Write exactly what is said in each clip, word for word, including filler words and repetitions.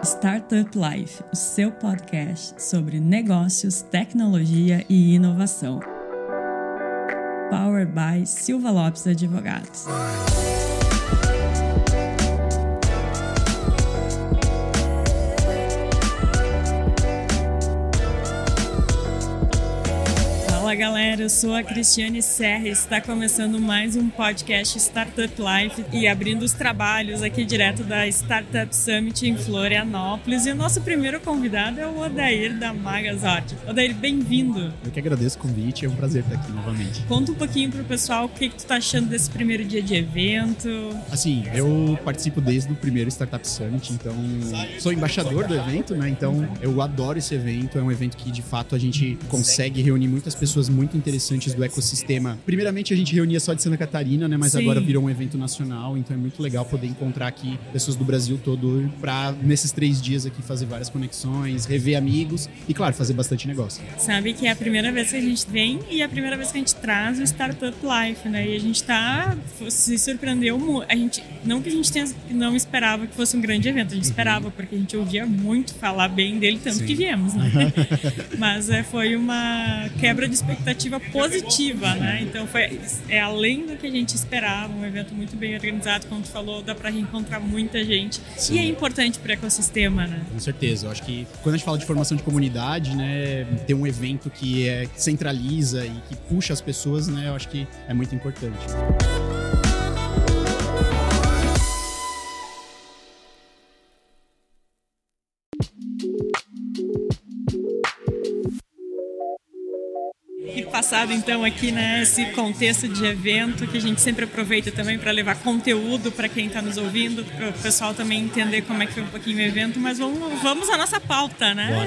Startup Life, o seu podcast sobre negócios, tecnologia e inovação. Powered by Silva Lopes Advogados. Fala galera, eu sou a Cristiane Serra e está começando mais um podcast Startup Life e abrindo os trabalhos aqui direto da Startup Summit em Florianópolis. E o nosso primeiro convidado é o Odair da Magazord. Odair, bem-vindo! Eu que agradeço o convite, é um prazer estar aqui novamente. Conta um pouquinho pro pessoal o que, que tu tá achando desse primeiro dia de evento. Assim, eu participo desde o primeiro Startup Summit, então sou embaixador do evento, né? Então eu adoro esse evento, é um evento que de fato a gente consegue reunir muitas pessoas muito interessantes do ecossistema. Primeiramente a gente reunia só de Santa Catarina, né? Mas Sim. agora virou um evento nacional, então é muito legal poder encontrar aqui pessoas do Brasil todo para nesses três dias aqui fazer várias conexões, rever amigos e, claro, fazer bastante negócio. Sabe que é a primeira vez que a gente vem e é a primeira vez que a gente traz o Startup Life, né? E a gente tá, se surpreendeu muito. A gente, não que a gente tenha, não esperava que fosse um grande evento, a gente uhum. esperava, porque a gente ouvia muito falar bem dele, tanto Sim. que viemos, né? Mas é, foi uma quebra de expectativa positiva, né? Então foi é além do que a gente esperava, um evento muito bem organizado, como tu falou, dá pra reencontrar muita gente. Sim. E é importante pro ecossistema, né? Com certeza. Eu acho que quando a gente fala de formação de comunidade, né, ter um evento que é, centraliza e que puxa as pessoas, né, eu acho que é muito importante. Passado então aqui nesse contexto de evento que a gente sempre aproveita também para levar conteúdo para quem está nos ouvindo, para o pessoal também entender como é que foi um pouquinho o evento, mas vamos, vamos à nossa pauta, né?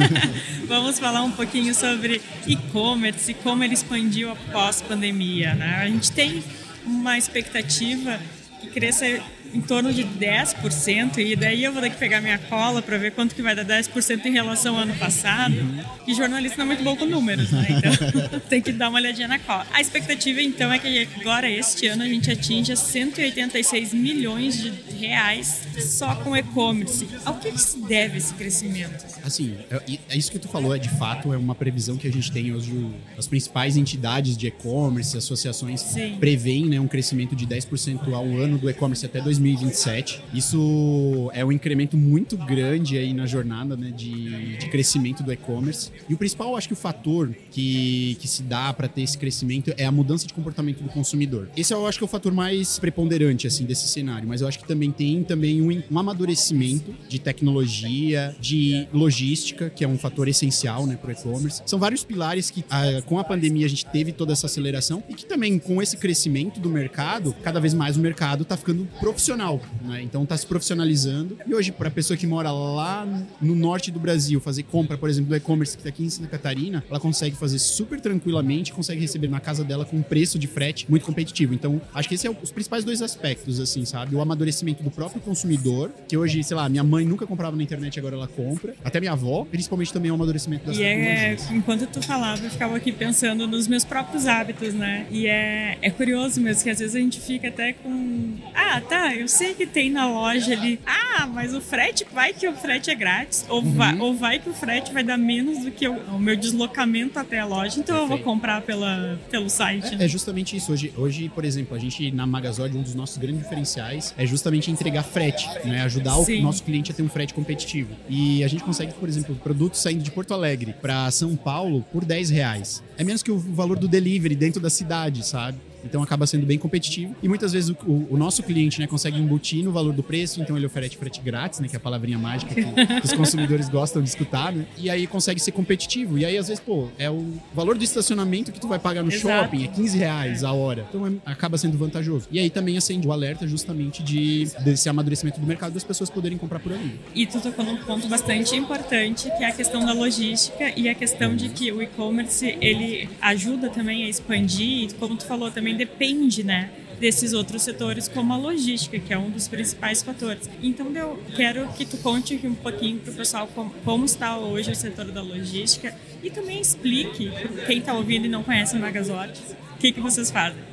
Vamos falar um pouquinho sobre e-commerce e como ele expandiu após pandemia, né? A gente tem uma expectativa que cresça em torno de dez por cento, e daí eu vou ter que pegar minha cola para ver quanto que vai dar dez por cento em relação ao ano passado. E jornalista não é muito bom com números, né? Então tem que dar uma olhadinha na cola. A expectativa então é que agora este ano a gente atinja cento e oitenta e seis milhões de reais só com e-commerce. Ao que, que se deve esse crescimento? Assim, é, é isso que tu falou, é de fato é uma previsão que a gente tem hoje. As principais entidades de e-commerce, associações Sim. preveem, né, um crescimento de dez por cento ao ano do e-commerce até dois mil e vinte e sete. Isso é um incremento muito grande aí na jornada, né, de, de crescimento do e-commerce. E o principal, acho que o fator que, que se dá para ter esse crescimento é a mudança de comportamento do consumidor. Esse eu acho que é o fator mais preponderante assim, desse cenário, mas eu acho que também tem também um, um amadurecimento de tecnologia, de logística, que é um fator essencial, né, para o e-commerce. São vários pilares que a, com a pandemia a gente teve toda essa aceleração e que também com esse crescimento do mercado, cada vez mais o mercado está ficando profissional. Né? Então está se profissionalizando. E hoje, para a pessoa que mora lá no norte do Brasil, fazer compra, por exemplo, do e-commerce que está aqui em Santa Catarina, ela consegue fazer super tranquilamente, consegue receber na casa dela com um preço de frete muito competitivo. Então, acho que esses são os principais dois aspectos, assim, sabe? O amadurecimento do próprio consumidor, que hoje, sei lá, minha mãe nunca comprava na internet, agora ela compra. Até minha avó, principalmente também o amadurecimento das e tecnologias. É, enquanto tu falava, eu ficava aqui pensando nos meus próprios hábitos, né? E é, é curioso mesmo, que às vezes a gente fica até com... Ah, tá, eu sei que tem na loja ali. Ah, mas o frete, vai que o frete é grátis. Ou, uhum. vai, ou vai que o frete vai dar menos do que o, o meu deslocamento até a loja. Então Perfeito. Eu vou comprar pela, pelo site. É, é justamente isso. Hoje, hoje, por exemplo, a gente na Magazord, um dos nossos grandes diferenciais é justamente entregar frete, né? Ajudar Sim. o nosso cliente a ter um frete competitivo. E a gente consegue, por exemplo, produtos saindo de Porto Alegre para São Paulo por dez reais. É menos que o valor do delivery dentro da cidade, sabe? Então acaba sendo bem competitivo. E muitas vezes o, o, o nosso cliente, né, consegue embutir no valor do preço, então ele oferece frete grátis, né, que é a palavrinha mágica que os consumidores gostam de escutar, né? E aí consegue ser competitivo. E aí, às vezes, pô, é o valor do estacionamento que tu vai pagar no Exato. Shopping, é quinze reais a hora. Então é, acaba sendo vantajoso. E aí também acende o alerta justamente de, desse amadurecimento do mercado das pessoas poderem comprar por ali. E tu tocou num ponto bastante importante, que é a questão da logística e a questão de que o e-commerce, ele ajuda também a expandir, e como tu falou, também depende, né, desses outros setores, como a logística, que é um dos principais fatores. Então, eu quero que tu conte aqui um pouquinho para o pessoal como, como está hoje o setor da logística e também explique, para quem está ouvindo e não conhece a Magazord, o que, que vocês fazem.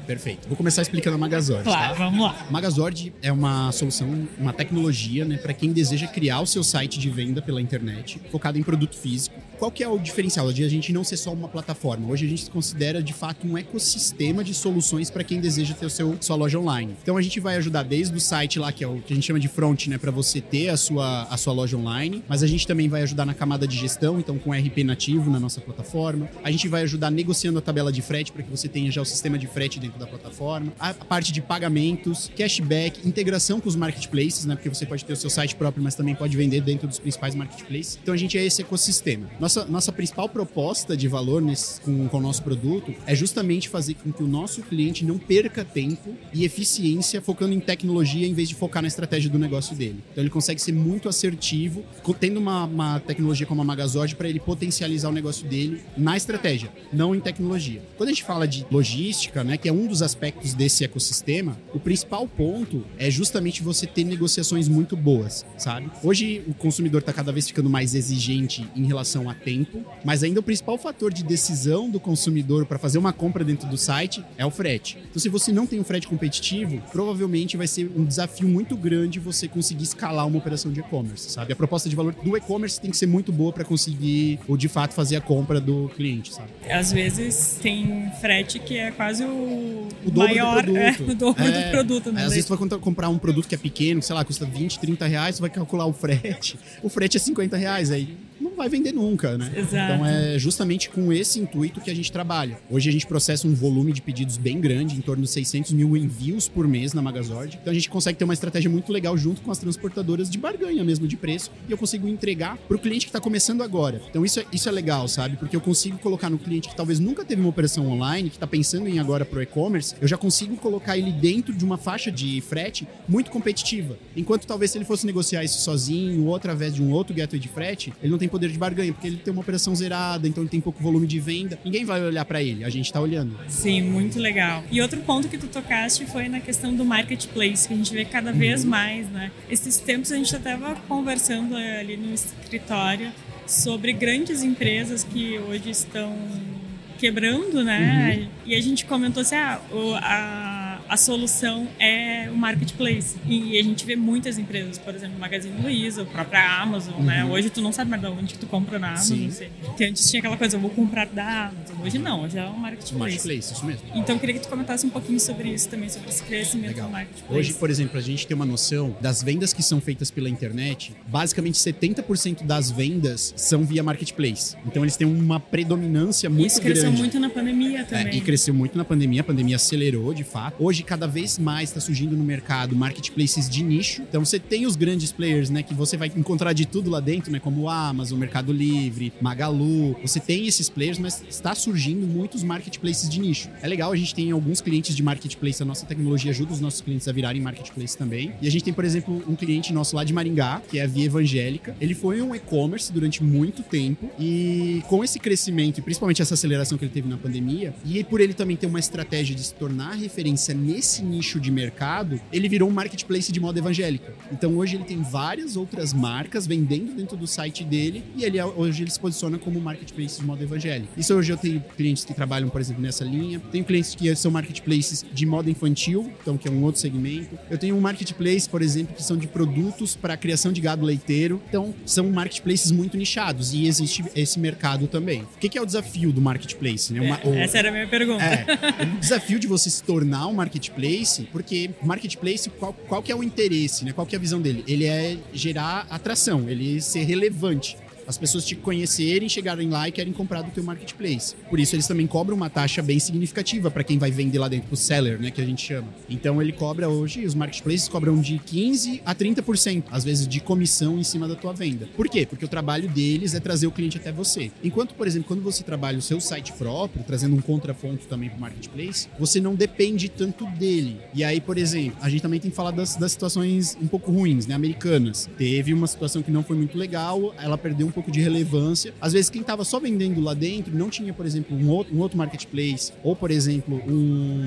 Perfeito. Vou começar explicando a Magazord. Claro, tá? vamos lá. Magazord é uma solução, uma tecnologia, né, para quem deseja criar o seu site de venda pela internet, focado em produto físico. Qual que é o diferencial de a gente não ser só uma plataforma? Hoje a gente se considera, de fato, um ecossistema de soluções para quem deseja ter o seu, sua loja online. Então a gente vai ajudar desde o site lá, que é o que a gente chama de front, né, para você ter a sua, a sua loja online, mas a gente também vai ajudar na camada de gestão, então com R P nativo na nossa plataforma. A gente vai ajudar negociando a tabela de frete para que você tenha já o sistema de frete dentro da plataforma. A parte de pagamentos, cashback, integração com os marketplaces, né, porque você pode ter o seu site próprio, mas também pode vender dentro dos principais marketplaces. Então a gente é esse ecossistema. Nossa, nossa principal proposta de valor nesse, com, com o nosso produto é justamente fazer com que o nosso cliente não perca tempo e eficiência focando em tecnologia em vez de focar na estratégia do negócio dele. Então ele consegue ser muito assertivo, tendo uma, uma tecnologia como a Magazord para ele potencializar o negócio dele na estratégia, não em tecnologia. Quando a gente fala de logística, né, que é um dos aspectos desse ecossistema, o principal ponto é justamente você ter negociações muito boas, sabe? Hoje o consumidor está cada vez ficando mais exigente em relação a tempo, mas ainda o principal fator de decisão do consumidor para fazer uma compra dentro do site é o frete. Então se você não tem um frete competitivo, provavelmente vai ser um desafio muito grande você conseguir escalar uma operação de e-commerce, sabe? A proposta de valor do e-commerce tem que ser muito boa para conseguir, ou de fato, fazer a compra do cliente, sabe? Às vezes tem frete que é quase o, o maior, dobro do é, produto. o dobro é, do produto. Né? É, às vezes tu vai comprar um produto que é pequeno, sei lá, custa vinte, trinta reais, tu vai calcular o frete, o frete é cinquenta reais, aí não vai vender nunca, né? Exato. Então é justamente com esse intuito que a gente trabalha. Hoje a gente processa um volume de pedidos bem grande, em torno de seiscentos mil envios por mês na Magazord. Então a gente consegue ter uma estratégia muito legal junto com as transportadoras de barganha mesmo de preço, e eu consigo entregar para o cliente que está começando agora. Então isso é, isso é legal, sabe? Porque eu consigo colocar no cliente que talvez nunca teve uma operação online, que está pensando em agora pro e-commerce, eu já consigo colocar ele dentro de uma faixa de frete muito competitiva. Enquanto talvez se ele fosse negociar isso sozinho ou através de um outro gateway de frete, ele não tem poder de barganha, porque ele tem uma operação zerada, então ele tem pouco volume de venda. Ninguém vai olhar para ele, a gente tá olhando. Sim, muito legal. E outro ponto que tu tocaste foi na questão do marketplace, que a gente vê cada vez uhum. mais, né? Esses tempos a gente até estava conversando ali no escritório sobre grandes empresas que hoje estão quebrando, né? Uhum. E a gente comentou assim, ah, o, a a solução é o marketplace. E a gente vê muitas empresas, por exemplo, o Magazine Luiza, a própria Amazon, uhum. né? Hoje tu não sabe mais de onde que tu compra na Amazon. Assim. Que antes tinha aquela coisa, eu vou comprar da Amazon. Hoje não, hoje é um marketplace. Marketplace, isso mesmo. Então eu queria que tu comentasse um pouquinho sobre isso também, sobre esse crescimento Legal. do marketplace. Hoje, por exemplo, a gente tem uma noção das vendas que são feitas pela internet, basicamente setenta por cento das vendas são via marketplace. Então eles têm uma predominância muito grande. Isso cresceu grande. muito na pandemia também. É, e cresceu muito na pandemia, a pandemia acelerou de fato. Hoje, cada vez mais está surgindo no mercado marketplaces de nicho. Então você tem os grandes players, né, que você vai encontrar de tudo lá dentro, né, como o Amazon, Mercado Livre, Magalu. Você tem esses players, mas está surgindo muitos marketplaces de nicho. É legal, a gente tem alguns clientes de marketplace, a nossa tecnologia ajuda os nossos clientes a virarem marketplace também. E a gente tem, por exemplo, um cliente nosso lá de Maringá, que é a Via Evangélica. Ele foi um e-commerce durante muito tempo e com esse crescimento e principalmente essa aceleração que ele teve na pandemia, e por ele também ter uma estratégia de se tornar referência nesse nicho de mercado, ele virou um marketplace de moda evangélica. Então hoje ele tem várias outras marcas vendendo dentro do site dele e ele, hoje ele se posiciona como marketplace de moda evangélica. Isso hoje eu tenho clientes que trabalham, por exemplo, nessa linha. Tenho clientes que são marketplaces de moda infantil, então que é um outro segmento. Eu tenho um marketplace, por exemplo, que são de produtos para criação de gado leiteiro. Então são marketplaces muito nichados e existe esse mercado também. O que é o desafio do marketplace? Né? Uma, é, o, essa era a minha pergunta. É, o desafio de você se tornar um marketplace, porque marketplace, qual, qual que é o interesse, né? Qual que é a visão dele? Ele é gerar atração, ele ser relevante. As pessoas te conhecerem, chegarem lá e querem comprar do teu marketplace. Por isso, eles também cobram uma taxa bem significativa para quem vai vender lá dentro, o seller, né, que a gente chama. Então, ele cobra hoje, os marketplaces cobram de quinze a trinta por cento, às vezes, de comissão em cima da tua venda. Por quê? Porque o trabalho deles é trazer o cliente até você. Enquanto, por exemplo, quando você trabalha o seu site próprio, trazendo um contraponto também para o marketplace, você não depende tanto dele. E aí, por exemplo, a gente também tem que falar das, das situações um pouco ruins, né, americanas. Teve uma situação que não foi muito legal, ela perdeu um pouco de relevância. Às vezes, quem estava só vendendo lá dentro não tinha, por exemplo, um outro, um outro marketplace ou, por exemplo, um...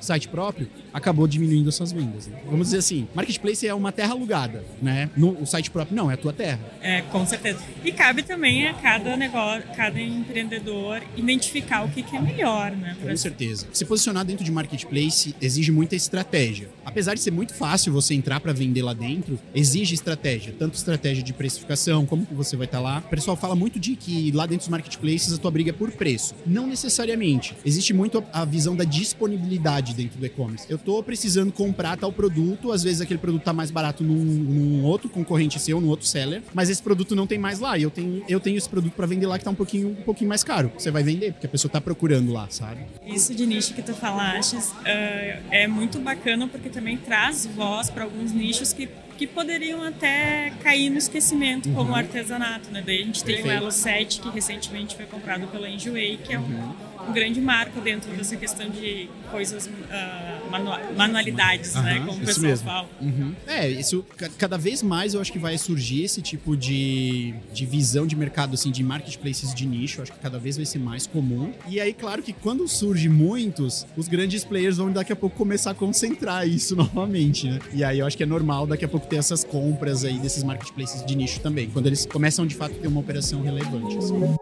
site próprio, acabou diminuindo as suas vendas. Né? Vamos dizer assim, marketplace é uma terra alugada, né? No, o site próprio não, é a tua terra. É, com certeza. E cabe também a cada negócio, cada empreendedor identificar o que, que é melhor, né? Com certeza. Se posicionar dentro de marketplace exige muita estratégia. Apesar de ser muito fácil você entrar para vender lá dentro, exige estratégia. Tanto estratégia de precificação, como que você vai estar lá. O pessoal fala muito de que lá dentro dos marketplaces a tua briga é por preço. Não necessariamente. Existe muito a visão da disponibilidade dentro do e-commerce. Eu tô precisando comprar tal produto, às vezes aquele produto tá mais barato num, num outro concorrente seu, num outro seller, mas esse produto não tem mais lá e eu tenho, eu tenho esse produto para vender lá que tá um pouquinho, um pouquinho mais caro. Você vai vender, porque a pessoa tá procurando lá, sabe? Isso de nicho que tu falaste uh, é muito bacana porque também traz voz para alguns nichos que que poderiam até cair no esquecimento, uhum. como o artesanato, né? Daí a gente tem Perfeito. o Elo sete, que recentemente foi comprado pela Enjoei, que é um, uhum. um grande marco dentro dessa questão de coisas, uh, manu manualidades, uhum. né? Como o pessoal mesmo. fala. Uhum. É, isso, cada vez mais eu acho que vai surgir esse tipo de, de visão de mercado, assim, de marketplaces de nicho, eu acho que cada vez vai ser mais comum. E aí, claro que quando surge muitos, os grandes players vão daqui a pouco começar a concentrar isso novamente, né? E aí eu acho que é normal daqui a pouco ter essas compras aí desses marketplaces de nicho também, quando eles começam de fato a ter uma operação relevante. Assim.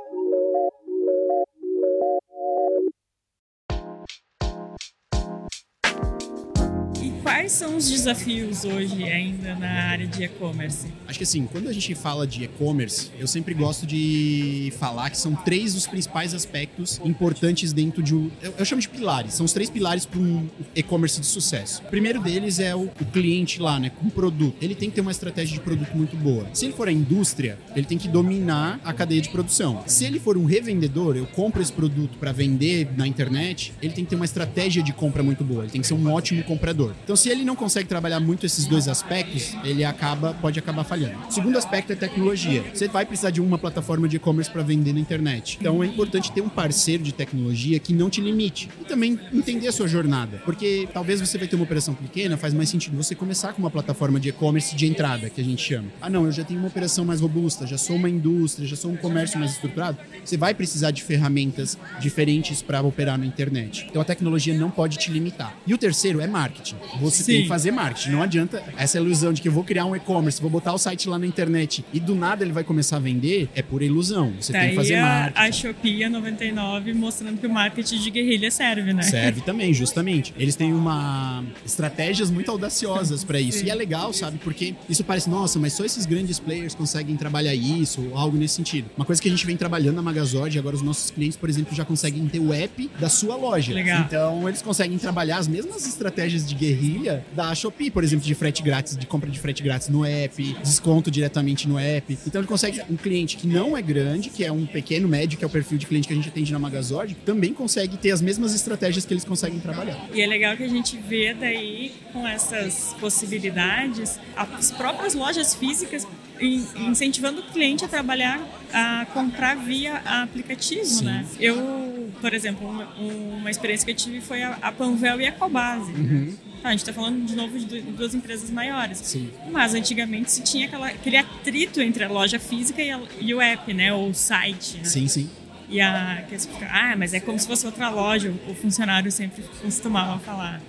Quais são os desafios hoje ainda na área de e-commerce? Acho que assim, quando a gente fala de e-commerce, eu sempre gosto de falar que são três os principais aspectos importantes dentro de um... Eu, eu chamo de pilares, são os três pilares para um e-commerce de sucesso. O primeiro deles é o, o cliente lá, né, com o produto. Ele tem que ter uma estratégia de produto muito boa. Se ele for a indústria, ele tem que dominar a cadeia de produção. Se ele for um revendedor, eu compro esse produto para vender na internet, ele tem que ter uma estratégia de compra muito boa. Ele tem que ser um ótimo comprador. Então, se ele não consegue trabalhar muito esses dois aspectos, ele acaba, pode acabar falhando. O segundo aspecto é tecnologia. Você vai precisar de uma plataforma de e-commerce para vender na internet. Então é importante ter um parceiro de tecnologia que não te limite. E também entender a sua jornada. Porque talvez você vai ter uma operação pequena, faz mais sentido você começar com uma plataforma de e-commerce de entrada, que a gente chama. Ah não, eu já tenho uma operação mais robusta, já sou uma indústria, já sou um comércio mais estruturado. Você vai precisar de ferramentas diferentes para operar na internet. Então a tecnologia não pode te limitar. E o terceiro é marketing. Você Sim. tem que fazer marketing. Não adianta essa ilusão de que eu vou criar um e-commerce, vou botar o site lá na internet e do nada ele vai começar a vender, é pura ilusão. Você Daí tem que fazer a, marketing. A Shopee a noventa e nove mostrando que o marketing de guerrilha serve, né? Serve também, justamente. Eles têm uma estratégias muito audaciosas para isso. Sim. E é legal, sabe? Porque isso parece, nossa, mas só esses grandes players conseguem trabalhar isso ou algo nesse sentido. Uma coisa que a gente vem trabalhando na Magazord, agora os nossos clientes, por exemplo, já conseguem ter o app da sua loja. Legal. Então, eles conseguem trabalhar as mesmas estratégias de guerrilha da Shopee, por exemplo, de frete grátis, de compra de frete grátis no app, desconto diretamente no app. Então ele consegue, um cliente que não é grande, que é um pequeno, médio, que é o perfil de cliente que a gente atende na Magazord, também consegue ter as mesmas estratégias que eles conseguem trabalhar. E é legal que a gente vê daí, com essas possibilidades, as próprias lojas físicas incentivando o cliente a trabalhar, a comprar via aplicativo, Sim. né? Eu, por exemplo, uma, uma experiência que eu tive foi a, a Panvel e a Ecobase. Uhum. A gente está falando de novo de duas empresas maiores. Sim. Mas antigamente se tinha aquela, aquele atrito entre a loja física e, a, e o app, né? Ou o site. Né? Sim, sim. E a ah, mas é como se fosse outra loja, o funcionário sempre costumava falar.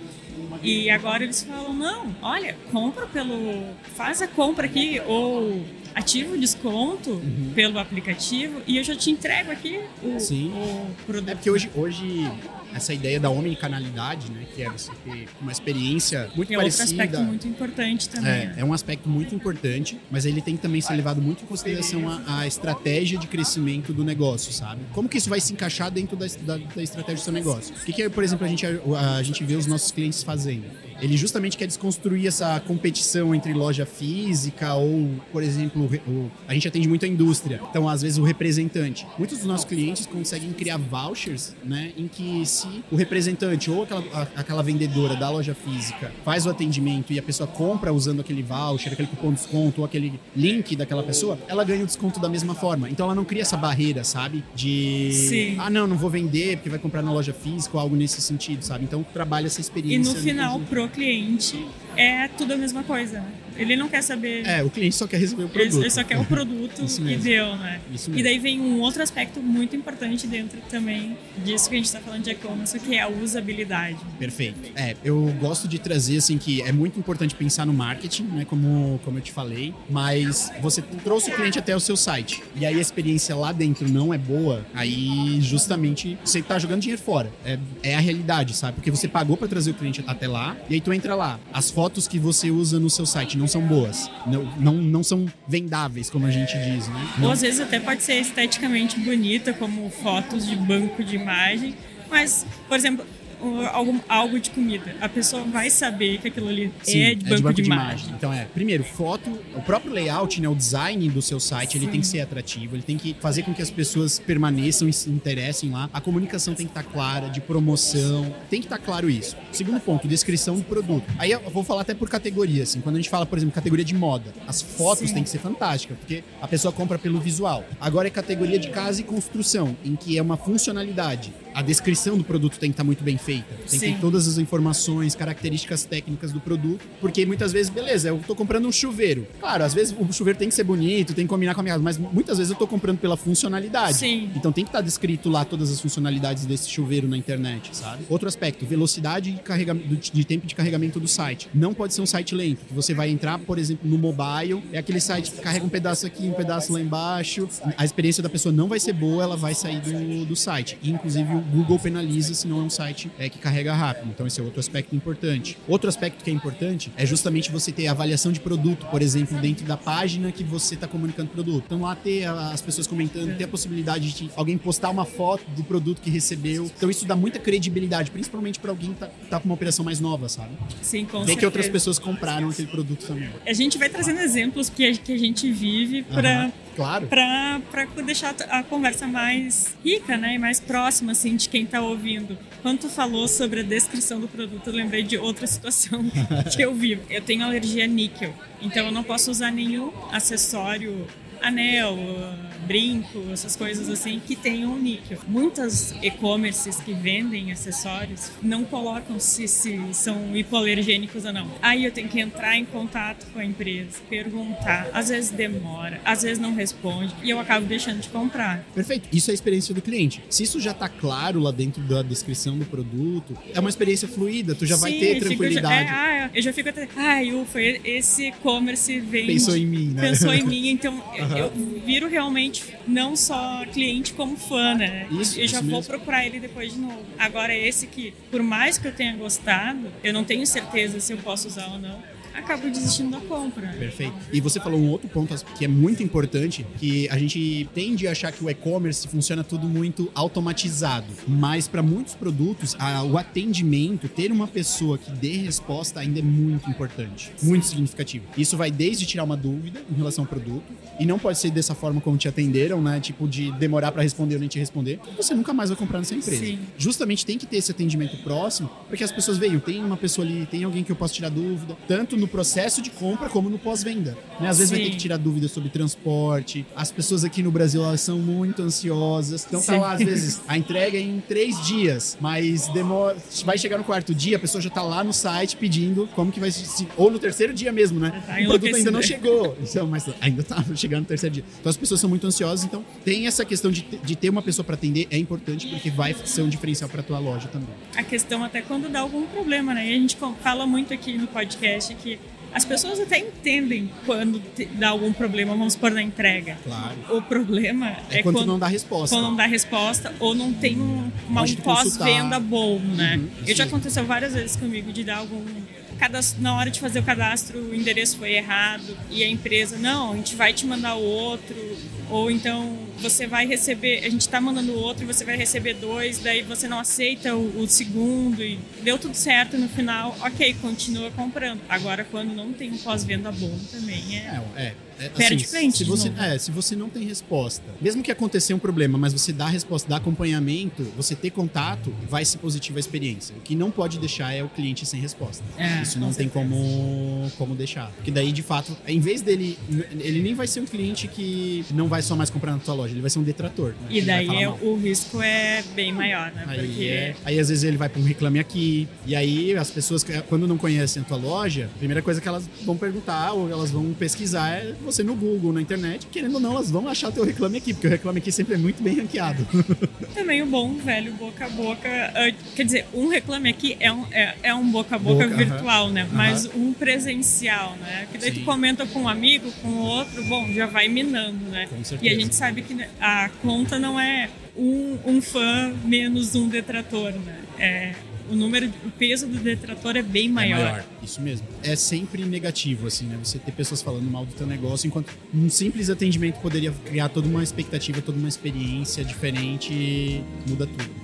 E agora eles falam, não, olha, compra pelo... faz a compra aqui, ou ativa o desconto uhum. pelo aplicativo e eu já te entrego aqui o, Sim. o produto. É porque hoje... hoje... essa ideia da omnicanalidade, né, que é você ter uma experiência muito é parecida. É outro aspecto muito importante também. É, é um aspecto muito importante, mas ele tem que também ser levado muito em consideração a, a estratégia de crescimento do negócio, sabe? Como que isso vai se encaixar dentro da, da, da estratégia do seu negócio? O que, que por exemplo, a gente, a, a gente vê os nossos clientes fazendo? Ele justamente quer desconstruir essa competição entre loja física ou, por exemplo, o, a gente atende muito a indústria. Então, às vezes, o representante. Muitos dos nossos clientes conseguem criar vouchers, né, em que se o representante ou aquela, a, aquela vendedora da loja física faz o atendimento e a pessoa compra usando aquele voucher, aquele cupom de desconto ou aquele link daquela pessoa, ela ganha o desconto da mesma forma. Então, ela não cria essa barreira, sabe? De, Sim. ah, não, não vou vender porque vai comprar na loja física ou algo nesse sentido, sabe? Então, trabalha essa experiência. E no final, pro cliente é tudo a mesma coisa, né? Ele não quer saber... É, o cliente só quer receber o produto. Ele só quer o produto e deu, né? Isso mesmo. E daí vem um outro aspecto muito importante dentro também disso que a gente está falando de e-commerce, que é a usabilidade. Perfeito. É, eu gosto de trazer, assim, que é muito importante pensar no marketing, né? Como, como eu te falei, mas você trouxe o cliente até o seu site, e aí a experiência lá dentro não é boa, aí justamente você tá jogando dinheiro fora. É, é a realidade, sabe? Porque você pagou para trazer o cliente até lá, e aí tu entra lá. As fotos que você usa no seu site não são boas, não, não, não são vendáveis, como a gente diz, né? Não. Ou às vezes até pode ser esteticamente bonita, como fotos de banco de imagem, mas, por exemplo, algo, algo de comida. A pessoa vai saber que aquilo ali Sim, é, de, é banco de banco de, de imagem. imagem. Então é, primeiro, foto, o próprio layout, né, o design do seu site, Sim. ele tem que ser atrativo, ele tem que fazer com que as pessoas permaneçam e se interessem lá. A comunicação tem que estar clara, de promoção, tem que estar claro isso. Segundo ponto, descrição do produto. Aí eu vou falar até por categoria, assim, quando a gente fala, por exemplo, categoria de moda, as fotos Sim. têm que ser fantásticas, porque a pessoa compra pelo visual. Agora é categoria de casa e construção, em que é uma funcionalidade. A descrição do produto tem que estar muito bem feita. Tem que ter todas as informações, características técnicas do produto, porque muitas vezes, beleza, eu tô comprando um chuveiro. Claro, às vezes o chuveiro tem que ser bonito, tem que combinar com a minha casa, mas muitas vezes eu tô comprando pela funcionalidade. Sim. Então tem que estar descrito lá todas as funcionalidades desse chuveiro na internet, sabe? Outro aspecto, velocidade de, carregamento, de tempo de carregamento do site. Não pode ser um site lento, que você vai entrar, por exemplo, no mobile, é aquele site que carrega um pedaço aqui, um pedaço lá embaixo. A experiência da pessoa não vai ser boa, ela vai sair do, do site. E, inclusive, o Google penaliza se não é um site é, que carrega rápido. Então esse é outro aspecto importante. Outro aspecto que é importante é justamente você ter avaliação de produto, por exemplo, dentro da página que você está comunicando o produto. Então lá ter as pessoas comentando, ter a possibilidade de alguém postar uma foto do produto que recebeu. Então isso dá muita credibilidade, principalmente para alguém que tá, tá com uma operação mais nova, sabe? Sim, com Ver certeza. que outras pessoas compraram aquele produto também. A gente vai trazendo exemplos que a, que a gente vive para uhum, claro. para deixar a conversa mais rica, né, e mais próxima assim de quem está ouvindo. Quando tu falou sobre a descrição do produto, eu lembrei de outra situação que eu vi. Eu tenho alergia a níquel, então eu não posso usar nenhum acessório, anel, brinco, essas coisas assim, que tenham níquel. Muitas e-commerces que vendem acessórios não colocam se, se são hipoalergênicos ou não. Aí eu tenho que entrar em contato com a empresa, perguntar. Às vezes demora, às vezes não responde e eu acabo deixando de comprar. Perfeito. Isso é a experiência do cliente. Se isso já está claro lá dentro da descrição do produto, é uma experiência fluida, tu já Sim, vai ter tranquilidade. Já, é, ah, eu já fico até... Ai, ufa, esse e-commerce vem... Pensou em mim, né? Pensou em mim, então uhum. eu viro realmente não só cliente como fã, né? Isso, eu já isso vou mesmo. procurar ele depois de novo. Agora esse que, por mais que eu tenha gostado, eu não tenho certeza se eu posso usar ou não, acabo desistindo da compra. Perfeito. E você falou um outro ponto que é muito importante, que a gente tende a achar que o e-commerce funciona tudo muito automatizado, mas para muitos produtos, a, o atendimento, ter uma pessoa que dê resposta ainda é muito importante, muito significativo. Isso vai desde tirar uma dúvida em relação ao produto, e não pode ser dessa forma como te atenderam, né? Tipo, de demorar para responder ou nem te responder, você nunca mais vai comprar nessa empresa. Sim. Justamente tem que ter esse atendimento próximo, porque as pessoas veem, tem uma pessoa ali, tem alguém que eu posso tirar dúvida, tanto no processo de compra como no pós-venda. Né? Às vezes Sim. vai ter que tirar dúvidas sobre transporte. As pessoas aqui no Brasil, elas são muito ansiosas. Então tá lá, às vezes, a entrega é em três dias, mas demora, vai chegar no quarto dia, a pessoa já tá lá no site pedindo como que vai se... Ou no terceiro dia mesmo, né? Tá o produto ainda não chegou. Então, mas ainda tá chegando no terceiro dia. Então as pessoas são muito ansiosas, então tem essa questão de, de ter uma pessoa para atender, é importante, porque vai ser um diferencial para tua loja também. A questão até quando dá algum problema, né? E a gente fala muito aqui no podcast que as pessoas até entendem quando dá algum problema, vamos supor, na entrega. Claro. O problema é, é quando, quando não dá resposta. Quando não dá resposta ou não tem um, uma, um pós-venda bom, né? Uhum, Eu já aconteceu várias vezes comigo de dar algum... Cadastro, na hora de fazer o cadastro, o endereço foi errado e a empresa, não, a gente vai te mandar o outro, ou então você vai receber, a gente tá mandando o outro e você vai receber dois, daí você não aceita o, o segundo e deu tudo certo no final, ok, continua comprando. Agora, quando não tem um pós-venda bom também é... É, é. é, Perde assim, frente se de você, novo. é, se você não tem resposta, mesmo que aconteça um problema, mas você dá a resposta, dá acompanhamento, você ter contato, vai ser positiva a experiência. O que não pode deixar é o cliente sem resposta. É, Isso não com tem como, como deixar. Porque daí, de fato, em vez dele, ele nem vai ser um cliente que não vai só mais comprar na tua loja, ele vai ser um detrator. Né? E Ele vai daí falar é, mal. o risco é bem maior, né? Aí, Porque é- aí às vezes ele vai para um Reclame Aqui, e aí as pessoas, quando não conhecem a tua loja, a primeira coisa que elas vão perguntar ou elas vão pesquisar é você no Google, na internet, querendo ou não, elas vão achar teu Reclame Aqui, porque o Reclame Aqui sempre é muito bem ranqueado. também o bom velho boca a boca. ah, Quer dizer, um Reclame Aqui é um, é, é um boca a boca Boca, virtual, aham. né? Mas um presencial, né? Que daí Sim. tu comenta com um amigo, com o outro, bom, já vai minando, né? Com E certeza. a gente sabe que a conta não é um, um fã menos um detrator, né? É, o número, o peso do detrator é bem maior. É maior, isso mesmo. É sempre negativo, assim, né? Você ter pessoas falando mal do teu negócio, enquanto um simples atendimento poderia criar toda uma expectativa, toda uma experiência diferente e muda tudo.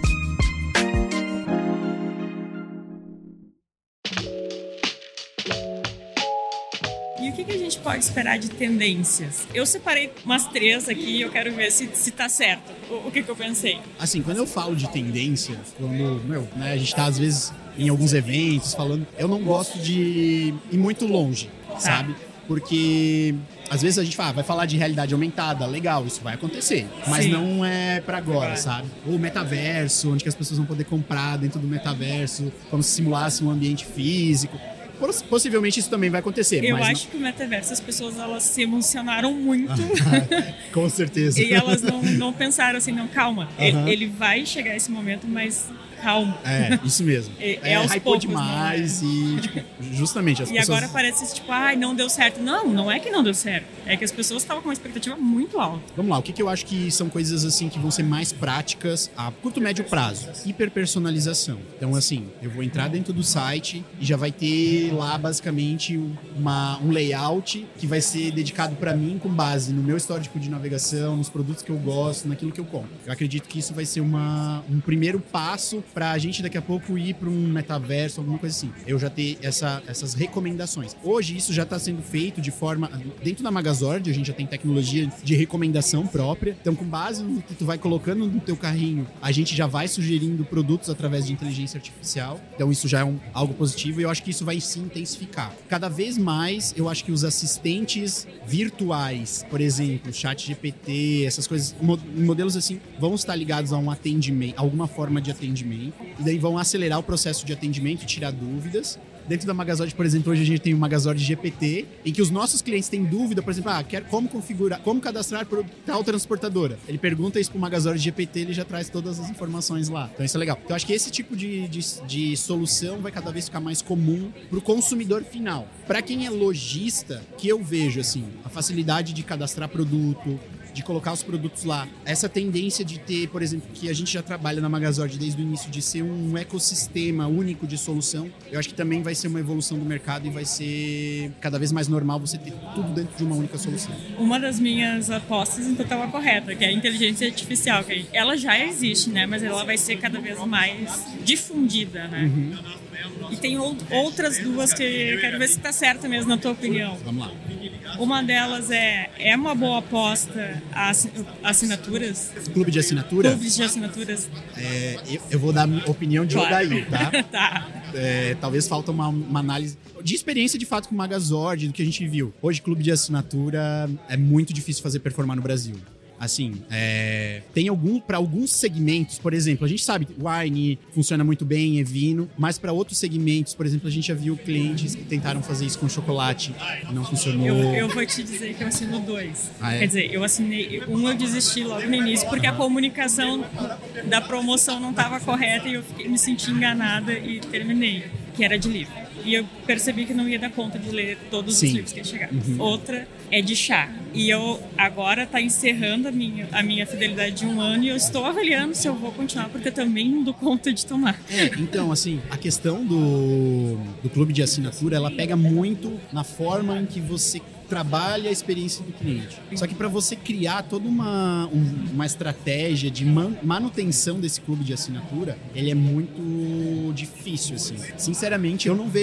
E o que, que a gente pode esperar de tendências? Eu separei umas três aqui e eu quero ver se, se tá certo. O, o que, que eu pensei? Assim, quando eu falo de tendência, quando, meu, né, a gente tá às vezes em alguns eventos falando, eu não gosto de ir muito longe, sabe? Porque às vezes a gente fala, ah, vai falar de realidade aumentada, legal, isso vai acontecer, mas Sim. não é pra agora, Agora. sabe? Ou metaverso, onde que as pessoas vão poder comprar dentro do metaverso, como se simulasse um ambiente físico. Poss- Possivelmente isso também vai acontecer, Eu mas acho que o metaverso, as pessoas elas se emocionaram muito não... com certeza. e elas não, não pensaram assim, não, calma, ele, Aham. ele vai chegar esse momento, mas calma. É, isso mesmo. É- é aos hypou poucos, demais e, tipo, justamente as E pessoas... agora parece tipo, ai, não deu certo. Não, não é que não deu certo. É que as pessoas estavam com uma expectativa muito alta. Vamos lá, o que, que eu acho que são coisas assim que vão ser mais práticas a curto, médio prazo? Hiperpersonalização. Então, assim, eu vou entrar dentro do site e já vai ter lá basicamente uma, um layout que vai ser dedicado para mim com base no meu histórico de navegação, nos produtos que eu gosto, naquilo que eu compro. Eu acredito que isso vai ser uma, um primeiro passo para a gente daqui a pouco ir para um metaverso, alguma coisa assim. Eu já ter essa, essas recomendações. Hoje isso já está sendo feito de forma... Dentro da Magazord, a gente já tem tecnologia de recomendação própria. Então, com base no que tu vai colocando no teu carrinho, a gente já vai sugerindo produtos através de inteligência artificial. Então, isso já é um, algo positivo e eu acho que isso vai se intensificar. Cada vez mais, eu acho que os assistentes virtuais, por exemplo, chat G P T, essas coisas, mo- modelos assim, vão estar ligados a um atendimento, alguma forma de atendimento, e daí vão acelerar o processo de atendimento e tirar dúvidas. Dentro da Magazord, por exemplo, hoje a gente tem o Magazord G P T, em que os nossos clientes têm dúvida, por exemplo, ah, quero como configurar, como cadastrar por tal transportadora. Ele pergunta isso pro Magazord G P T, ele já traz todas as informações lá. Então isso é legal. Então eu acho que esse tipo de, de, de solução vai cada vez ficar mais comum pro consumidor final. Para quem é lojista, que eu vejo assim, a facilidade de cadastrar produto, de colocar os produtos lá. Essa tendência de ter, por exemplo, que a gente já trabalha na Magazord desde o início, de ser um ecossistema único de solução, eu acho que também vai ser uma evolução do mercado e vai ser cada vez mais normal você ter tudo dentro de uma única solução. Uma das minhas apostas, então, estava correta, que é a inteligência artificial. Que ela já existe, né? Mas ela vai ser cada vez mais difundida, né? Uhum. E tem ou- outras duas que eu quero ver se está certa mesmo, na tua opinião. Vamos lá. Uma delas é, é uma boa aposta as assinaturas? Clube de assinatura, Clubes de assinaturas? é, eu, eu vou dar a minha opinião de Claro. Odair, tá? Tá. É, talvez falta uma, uma análise de experiência de fato com o Magazord, do que a gente viu. Hoje, clube de assinatura é muito difícil fazer performar no Brasil. Assim, é, tem algum para alguns segmentos, por exemplo, a gente sabe que wine funciona muito bem, é vinho, mas para outros segmentos, por exemplo, a gente já viu clientes que tentaram fazer isso com chocolate e não funcionou. Eu, eu vou te dizer que eu assino dois. Ah, é? Quer dizer, eu assinei. Um eu desisti logo no início porque a comunicação da promoção não estava correta e eu fiquei, me senti enganada e terminei, que era de livro. E eu percebi que não ia dar conta de ler todos Sim. os livros que ia chegar. Uhum. Outra é de chá. E eu agora tá encerrando a minha, a minha fidelidade de um ano e eu estou avaliando se eu vou continuar, porque eu também não dou conta de tomar. É, então, assim, a questão do, do clube de assinatura, ela pega muito na forma em que você trabalha a experiência do cliente. Só que para você criar toda uma, um- uma estratégia de man- manutenção desse clube de assinatura, ele é muito difícil, assim. Sinceramente, eu não vejo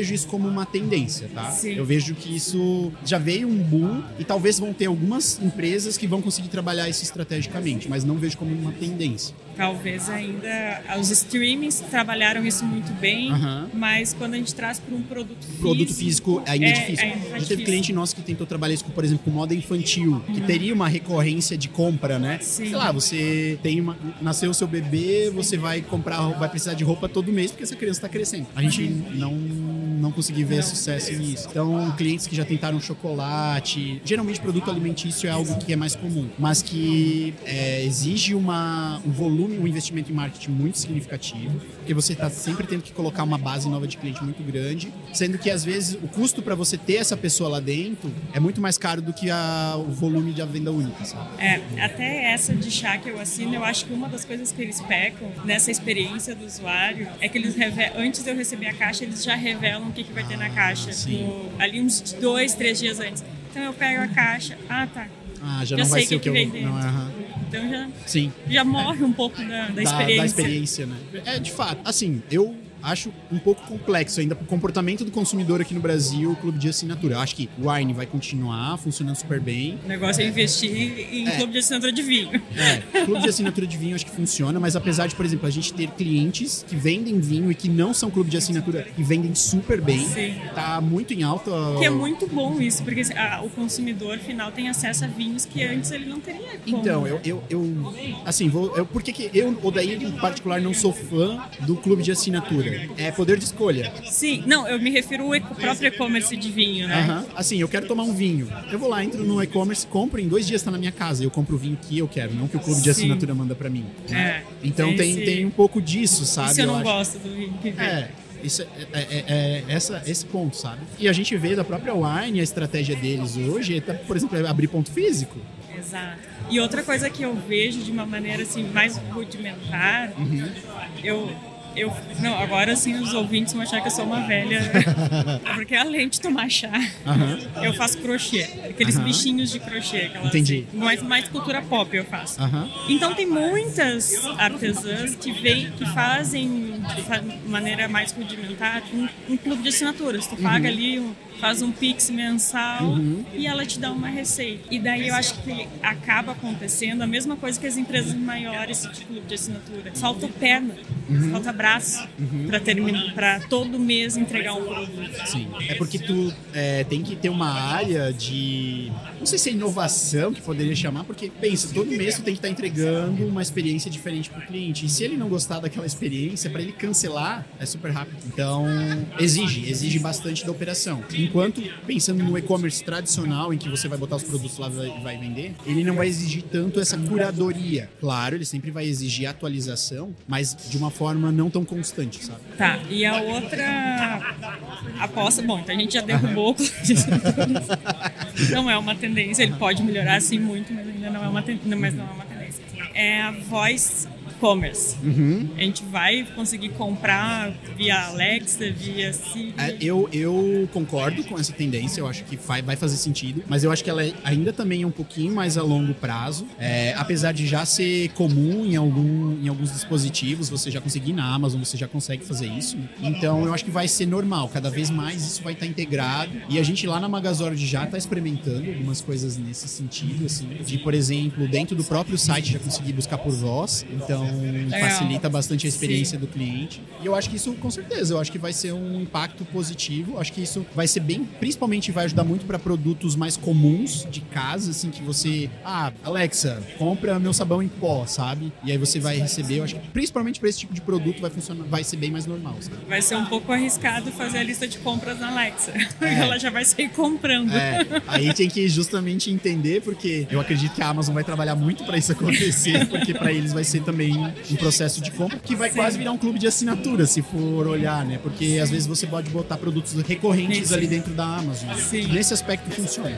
vejo isso como uma tendência, tá? Sim. Eu vejo que isso já veio um boom e talvez vão ter algumas empresas que vão conseguir trabalhar isso estrategicamente, mas não vejo como uma tendência. Talvez ainda os streamings trabalharam isso muito bem, uhum. mas quando a gente traz para um produto físico... Produto físico ainda é, é difícil. Ainda é Já difícil. teve cliente nosso que tentou trabalhar isso, com, por exemplo, com moda infantil, que teria uma recorrência de compra, né? Sim. Sei lá, você tem uma, nasceu o seu bebê, você vai comprar, vai precisar de roupa todo mês porque essa criança está crescendo. A gente não, não conseguiu ver não. sucesso nisso. Então, clientes que já tentaram chocolate, geralmente produto alimentício é algo que é mais comum, mas que é, exige uma, um volume, um investimento em marketing muito significativo, porque você está sempre tendo que colocar uma base nova de cliente muito grande, sendo que às vezes o custo para você ter essa pessoa lá dentro é muito mais caro do que a, o volume de venda única, sabe? É, até essa de chá que eu assino, eu acho que uma das coisas que eles pecam nessa experiência do usuário é que eles revelam, antes de eu receber a caixa, eles já revelam o que, que vai ter na caixa, no, ali uns dois, três dias antes. Então eu pego a caixa, ah tá, ah, já, já não vai sei ser o que, o que, que eu eu... vou... Não, Então já, Sim. já morre um pouco da, da, da experiência. Da experiência, né? É, de fato. Assim, eu acho um pouco complexo ainda o comportamento do consumidor aqui no Brasil, o clube de assinatura. Eu acho que o Wine vai continuar funcionando super bem. O negócio é investir em é. clube de assinatura de vinho. É, clube de assinatura de vinho acho que funciona, mas apesar de, por exemplo, a gente ter clientes que vendem vinho e que não são clube de assinatura e vendem super bem, Sim. tá muito em alta. Que é muito bom isso, porque a, o consumidor final tem acesso a vinhos que antes ele não teria como. Então, eu, eu, eu assim, vou, eu, por que que eu, ou daí em particular, não sou fã do clube de assinatura? É poder de escolha. Sim, não, eu me refiro ao eco, próprio e-commerce de vinho, né? Uhum. Assim, eu quero tomar um vinho. Eu vou lá, entro no e-commerce, compro, em dois dias tá na minha casa. Eu compro o vinho que eu quero, não que o clube de Sim. assinatura manda pra mim. É. Então tem, Esse... tem um pouco disso, sabe? Isso eu não eu gosto do vinho que vem. É. Isso é, é, é, é essa, esse ponto, sabe? E a gente vê da própria Wine, a estratégia deles hoje, é, por exemplo, é abrir ponto físico. Exato. E outra coisa que eu vejo de uma maneira assim mais rudimentar, uhum. eu Eu, não, agora sim os ouvintes vão achar que eu sou uma velha. Porque além de tomar chá, uhum. eu faço crochê. Aqueles uhum. bichinhos de crochê. Aquelas, Entendi. Assim, mais, mais cultura pop eu faço. Uhum. Então tem muitas artesãs que, vem, que fazem de maneira mais rudimentar um, um clube de assinaturas. Tu paga uhum. ali, um, faz um Pix mensal uhum. e ela te dá uma receita. E daí eu acho que acaba acontecendo a mesma coisa que as empresas maiores de clube de assinatura. Falta perna, uhum. falta braço uhum. para terminar, para todo mês entregar um produto. Sim, é porque tu é, tem que ter uma área de, não sei se é inovação que poderia chamar, porque pensa, todo mês tu tem que estar entregando uma experiência diferente para o cliente. E se ele não gostar daquela experiência, para ele cancelar é super rápido. Então exige, exige bastante da operação. Enquanto pensando no e-commerce tradicional, em que você vai botar os produtos lá e vai vender, ele não vai exigir tanto essa curadoria. Claro, ele sempre vai exigir atualização, mas de uma forma não tão constante, sabe? Tá, e a outra aposta, bom, então a gente já derrubou o clube de assinaturas. Não é uma tendência, ele pode melhorar assim muito, mas ainda não é uma tendência. Mas não é uma tendência. É a voice commerce. Uhum. A gente vai conseguir comprar via Alexa, via Siri. É, eu, eu concordo com essa tendência, eu acho que vai, vai fazer sentido, mas eu acho que ela é, ainda também é um pouquinho mais a longo prazo, é, apesar de já ser comum em, algum, em alguns dispositivos, você já conseguir na Amazon, você já consegue fazer isso, né? Então eu acho que vai ser normal, cada vez mais isso vai estar integrado, e a gente lá na Magazord já está experimentando algumas coisas nesse sentido, assim, de, por exemplo, dentro do próprio site já conseguir buscar por voz, então facilita bastante a experiência Sim. do cliente. E eu acho que isso, com certeza, eu acho que vai ser um impacto positivo. Eu acho que isso vai ser bem, principalmente vai ajudar muito para produtos mais comuns de casa, assim, que você, ah, Alexa, compra meu sabão em pó, sabe? E aí você vai receber, eu acho que principalmente para esse tipo de produto vai funcionar, vai ser bem mais normal, sabe? Vai ser um pouco arriscado fazer a lista de compras na Alexa, porque é. ela já vai sair comprando. É. Aí tem que justamente entender, porque eu acredito que a Amazon vai trabalhar muito para isso acontecer, porque para eles vai ser também um processo de compra que vai Sim. quase virar um clube de assinatura, se for olhar, né? Porque Sim. às vezes você pode botar produtos recorrentes Sim. ali dentro da Amazon. Sim. Nesse aspecto funciona.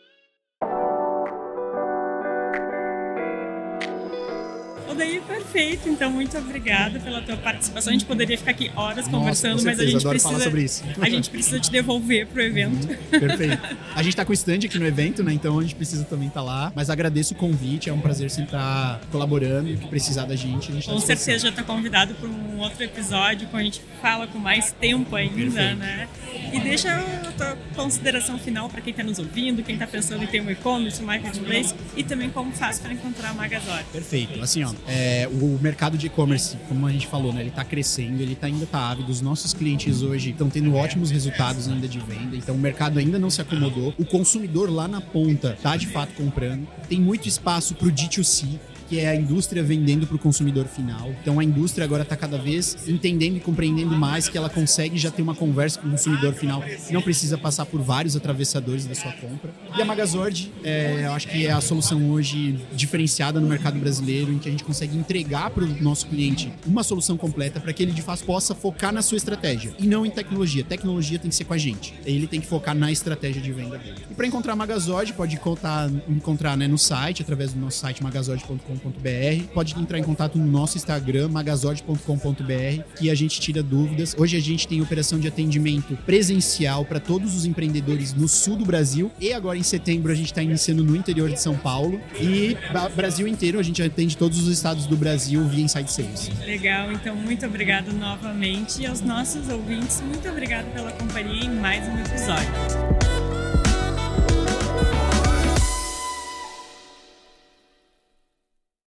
Daí perfeito. perfeito. Então, muito obrigada pela tua participação. A gente poderia ficar aqui horas Nossa, conversando, mas a gente precisa sobre isso. a gente precisa te devolver pro evento. Uhum, perfeito. A gente tá com o stand aqui no evento, né? Então a gente precisa também estar tá lá. Mas agradeço o convite, é um prazer sempre estar colaborando. O que precisar da gente, a gente tá com certeza já tá convidado para um outro episódio, quando a gente fala com mais tempo ainda, perfeito, né? E deixa a tua consideração final para quem tá nos ouvindo, quem tá pensando em ter um e-commerce, um marketplace e também como faz para encontrar a Magazord. Perfeito. Assim, ó, é, o mercado de e-commerce, como a gente falou, né? Ele tá crescendo, ele tá, ainda tá ávido. Os nossos clientes hoje estão tendo ótimos resultados ainda de venda, então o mercado ainda não se acomodou. O consumidor lá na ponta tá de fato comprando. Tem muito espaço pro D dois C, que é a indústria vendendo para o consumidor final. Então a indústria agora está cada vez entendendo e compreendendo mais que ela consegue já ter uma conversa com o consumidor final, não precisa passar por vários atravessadores da sua compra. E a Magazord, é, eu acho que é a solução hoje diferenciada no mercado brasileiro, em que a gente consegue entregar para o nosso cliente uma solução completa para que ele de fato possa focar na sua estratégia e não em tecnologia. Tecnologia tem que ser com a gente. Ele tem que focar na estratégia de venda dele. E para encontrar a Magazord, pode encontrar, encontrar né, no site, através do nosso site magazord ponto com ponto b r. Pode entrar em contato no nosso Instagram, magazord ponto com ponto b r, que a gente tira dúvidas. Hoje a gente tem operação de atendimento presencial para todos os empreendedores no sul do Brasil e agora em setembro a gente está iniciando no interior de São Paulo e Brasil inteiro a gente atende todos os estados do Brasil via Inside Sales. Legal, então muito obrigado novamente e aos nossos ouvintes, muito obrigado pela companhia em mais um episódio.